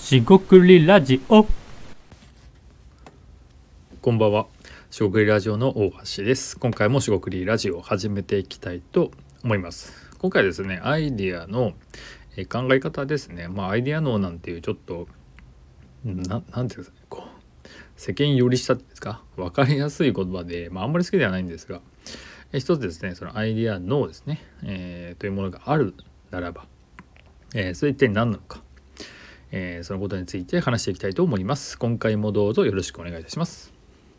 しごくりラジオ。 こんばんは。しごくりラジオの大橋です。今回もしごくりラジオを始めていきたいと思います。今回ですね、アイディアの考え方ですね。アイディア脳なんていうちょっとなんていうんですかね、世間寄りしたですか、分かりやすい言葉で、あんまり好きではないんですが、一つですね、そのアイディア脳ですね、というものがあるならば、それ一体何なのか、そのことについて話していきたいと思います。今回もどうぞよろしくお願いいたします。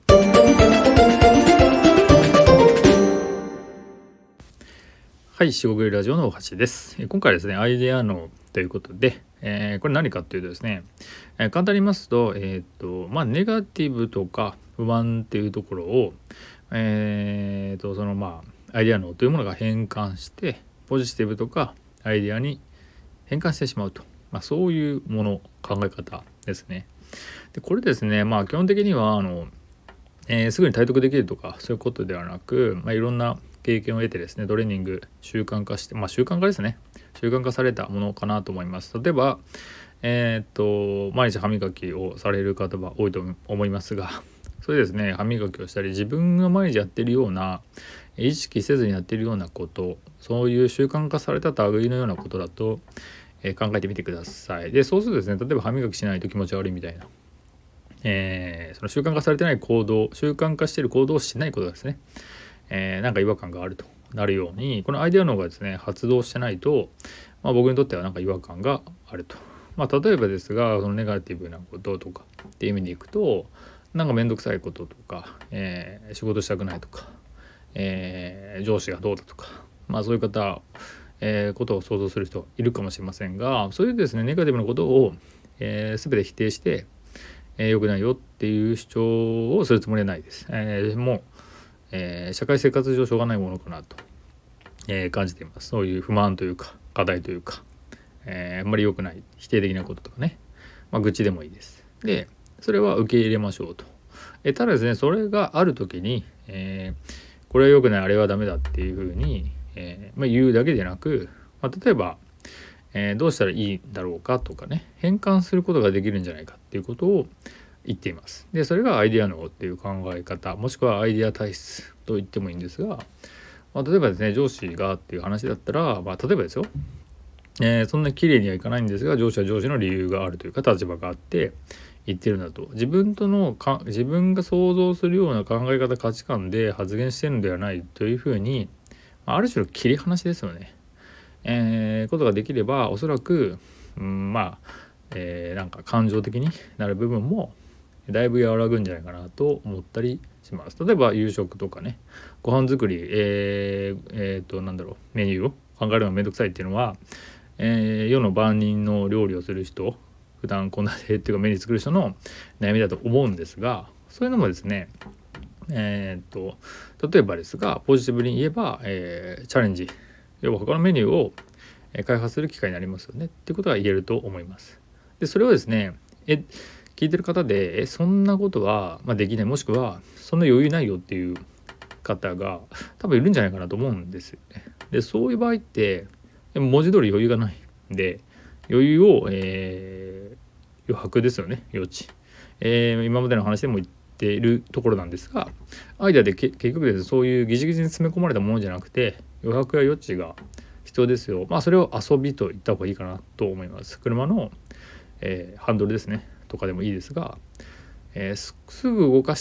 はい、しごくりラジオの大橋です。今回はですね、アイデア脳ということで、これ何かというとですね、簡単に言いますと、ネガティブとか不安っていうところを、アイデア脳というものが変換してポジティブとかアイデアに変換してしまうと、そういうもの、考え方ですね。でこれですね、基本的にはすぐに体得できるとかそういうことではなく、いろんな経験を得てですね、トレーニング習慣化して、習慣化ですね、習慣化されたものかなと思います。例えば毎日歯磨きをされる方は多いと思いますが、それですね、歯磨きをしたり自分が毎日やっているような、意識せずにやっているようなこと、そういう習慣化された類のようなことだと、考えてみてください。でそうするとですね、例えば歯磨きしないと気持ち悪いみたいな、その習慣化されてない行動、習慣化している行動をしないことですね、なんか違和感があるとなるように、このアイデア脳がですね発動してないと、僕にとってはなんか違和感があると。例えばですが、そのネガティブなこととかっていう意味でいくと、なんかめんどくさいこととか、仕事したくないとか、上司がどうだとか、そういうことを想像する人いるかもしれませんが、そういうですねネガティブなことを、全て否定して、良くないよっていう主張をするつもりはないです。もう、社会生活上しょうがないものかなと、感じています。そういう不満というか課題というか、あんまり良くない否定的なこととかね、愚痴でもいいです。でそれは受け入れましょうと。ただですね、それがある時に、これは良くない、あれはダメだっていうふうに、言うだけでなく、例えば、どうしたらいいんだろうかとかね、変換することができるんじゃないかっていうことを言っています。でそれがアイデア脳っていう考え方、もしくはアイデア体質と言ってもいいんですが、例えばですね、上司がっていう話だったら、例えばですよ、そんな綺麗にはいかないんですが、上司は上司の理由があるというか立場があって言ってるんだと。自分が想像するような考え方、価値観で発言してるのではないというふうに、ある種の切り離しですよね。ことができれば、おそらく、なんか感情的になる部分もだいぶ和らぐんじゃないかなと思ったりします。例えば夕食とかね、ご飯作り、メニューを考えるのがめんどくさいっていうのは、世の万人の料理をする人、普段こんなでっていうか目に作る人の悩みだと思うんですが、そういうのもですね、例えばですがポジティブに言えば、チャレンジ、要は他のメニューを開発する機会になりますよねっていうことが言えると思います。でそれをですね、聞いてる方でそんなことはできない、もしくはそんな余裕ないよっていう方が多分いるんじゃないかなと思うんですよね。でそういう場合って文字通り余裕がないんで、余裕を、余白ですよね、余地、今までの話でも言っているところなんですが、アイデアで結局ですね、そういうギチギチに詰め込まれたものじゃなくて余白や余地が必要ですよ。それを遊びと言った方がいいかなと思います。車の、ハンドルですねとかでもいいですが、すぐ動かして、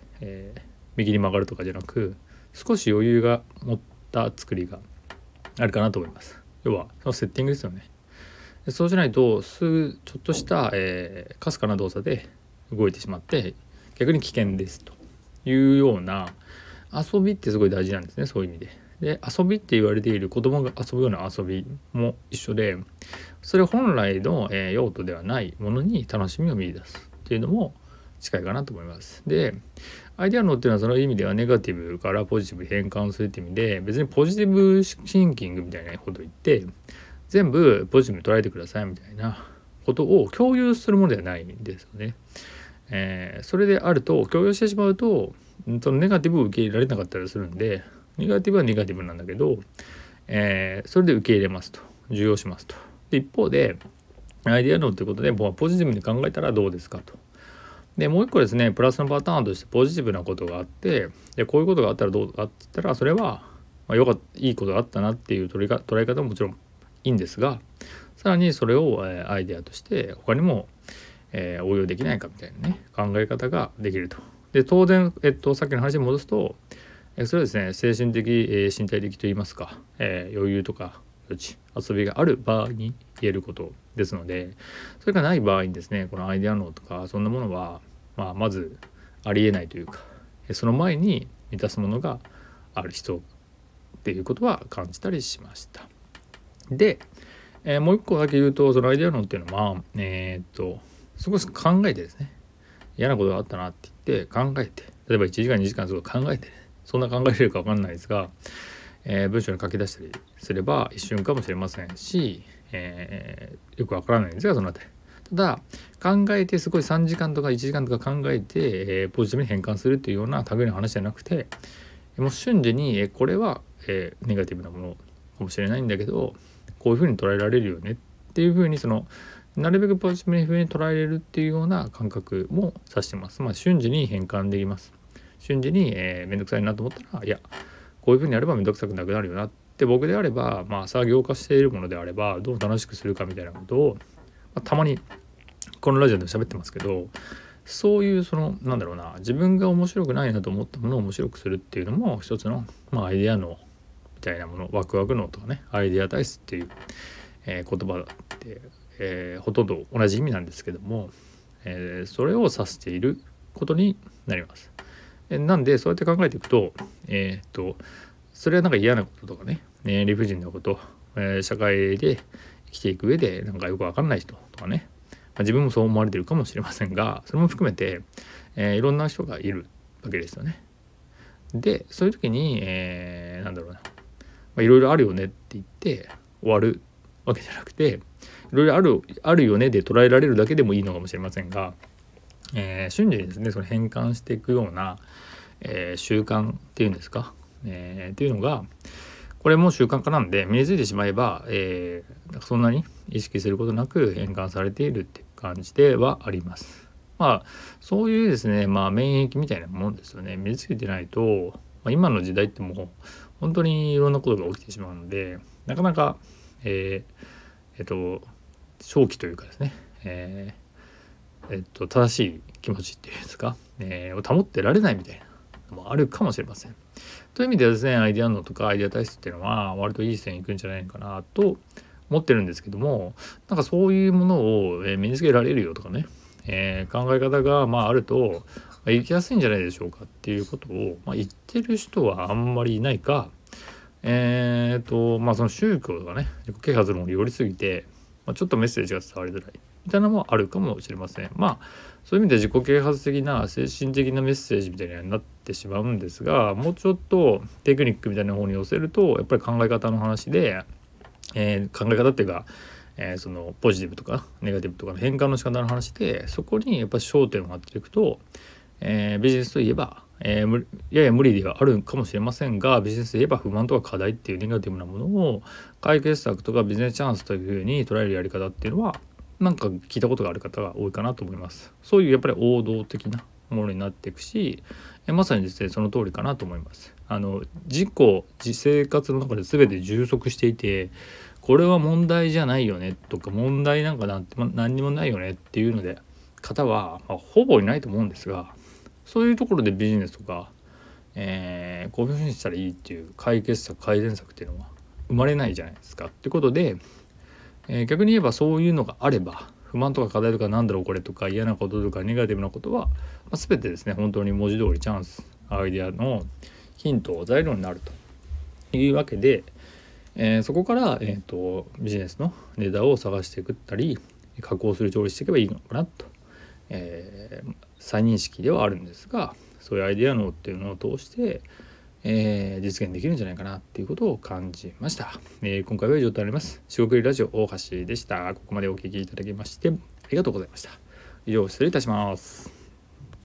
右に曲がるとかじゃなく、少し余裕が持った作りがあるかなと思います。要はそのセッティングですよね。そうしないとすぐちょっとした、かすかな動作で動いてしまって逆に危険ですというような、遊びってすごい大事なんですね、そういう意味で。で遊びって言われている子供が遊ぶような遊びも一緒で、それ本来の、用途ではないものに楽しみを見出すっていうのも近いかなと思います。でアイデア脳っていうのはその意味ではネガティブからポジティブに変換するっていう意味で、別にポジティブシンキングみたいなことを言って全部ポジティブに捉えてくださいみたいなことを共有するものではないんですよね。それであると共有してしまうと、そのネガティブを受け入れられなかったりするんで、ネガティブはネガティブなんだけど、それで受け入れますと、受容しますと。で一方でアイデア脳ということでポジティブに考えたらどうですかと。でもう一個ですね、プラスのパターンとしてポジティブなことがあって、でこういうことがあったらどうかって言ったら、それは、いいことがあったなっていう捉え方ももちろんいいんですが、さらにそれをアイデアとして他にも応用できないかみたいなね、考え方ができると。で当然、さっきの話に戻すと、それはですね、精神的、身体的といいますか、余裕とか余地遊びがある場合に言えることですので、それがない場合にですね、このアイデア脳とかそんなものは、まずありえないというか、その前に満たすものがある人っていうことは感じたりしました。で、もう一個だけ言うと、そのアイデア脳っていうのは少し考えてですね、嫌なことがあったなって言って考えて、例えば1時間2時間すごい考えて、ね、そんな考えれるか分かんないですが、文章に書き出したりすれば一瞬かもしれませんし、よく分からないんですが、そのあたりただ考えてすごい3時間とか1時間とか考えて、ポジティブに変換するっていうような類の話じゃなくて、もう瞬時に、これは、ネガティブなものかもしれないんだけど、こういうふうに捉えられるよねっていうふうに、なるべくポジティブに捉えれるっていうような感覚も指してます。瞬時に変換できます。瞬時に、めんどくさいなと思ったら、いやこういうふうにやればめんどくさくなくなるよなって、僕であれば、作業化しているものであればどう楽しくするかみたいなことを、たまにこのラジオで喋ってますけど、そういう自分が面白くないなと思ったものを面白くするっていうのも一つの、アイデア脳みたいなもの、ワクワク脳とかね、アイデア体質っていう、言葉ってほとんど同じ意味なんですけども、それを指していることになります。なんでそうやって考えていくと、それは嫌なこととかね、理不尽なこと、社会で生きていく上でよく分かんない人とかね、自分もそう思われてるかもしれませんが、それも含めて、いろんな人がいるわけですよね。でそういう時に、いろいろあるよねって言って終わるわけじゃなくて、いろいろあるよねで捉えられるだけでもいいのかもしれませんが、瞬時にですね、それ変換していくような、習慣っていうんですか、っていうのが、これも習慣化なんで身についてしまえば、そんなに意識することなく変換されているっていう感じではあります。そういうですね、免疫みたいなもんですよね。身についてないと、今の時代ってもう本当にいろんなことが起きてしまうので、なかなか、正気というかですね、正しい気持ちっていうんですか、を保ってられないみたいなのもあるかもしれません。という意味ではですね、アイデア脳とかアイデア体質っていうのは割といい線いくんじゃないかなと思ってるんですけども、そういうものを身につけられるよとかね、考え方があると生きやすいんじゃないでしょうかっていうことを、言ってる人はあんまりいないか、その宗教とかね、自己啓発の方に寄りすぎて、ちょっとメッセージが伝わりづらいみたいなのもあるかもしれません。そういう意味で自己啓発的な精神的なメッセージみたいになってしまうんですが、もうちょっとテクニックみたいな方に寄せると、やっぱり考え方の話で、考え方っていうか、そのポジティブとかネガティブとかの変換の仕方の話で、そこにやっぱり焦点を当てていくと、ビジネスといえば、やや無理ではあるかもしれませんが、ビジネスで言えば不満とか課題っていうネガティブなものを解決策とかビジネスチャンスというふうに捉えるやり方っていうのは聞いたことがある方が多いかなと思います。そういうやっぱり王道的なものになっていくし、まさにですねその通りかなと思います。自生活の中で全て充足していて、これは問題じゃないよねとか、問題なんて何にもないよねっていうので方は、ほぼいないと思うんですが、そういうところでビジネスとか、こういうふうにしたらいいっていう解決策改善策っていうのは生まれないじゃないですかってことで、逆に言えばそういうのがあれば、不満とか課題とかこれとか嫌なこととかネガティブなことは、全てですね本当に文字通りチャンス、アイデアのヒント材料になるというわけで、そこから、ビジネスのネタを探していくったり加工する調理していけばいいのかなと、再認識ではあるんですが、そういうアイデア脳っていうのを通して、実現できるんじゃないかなっていうことを感じました。今回は以上となります。四国ラジオ大橋でした。ここまでお聞きいただきましてありがとうございました。以上失礼いたします。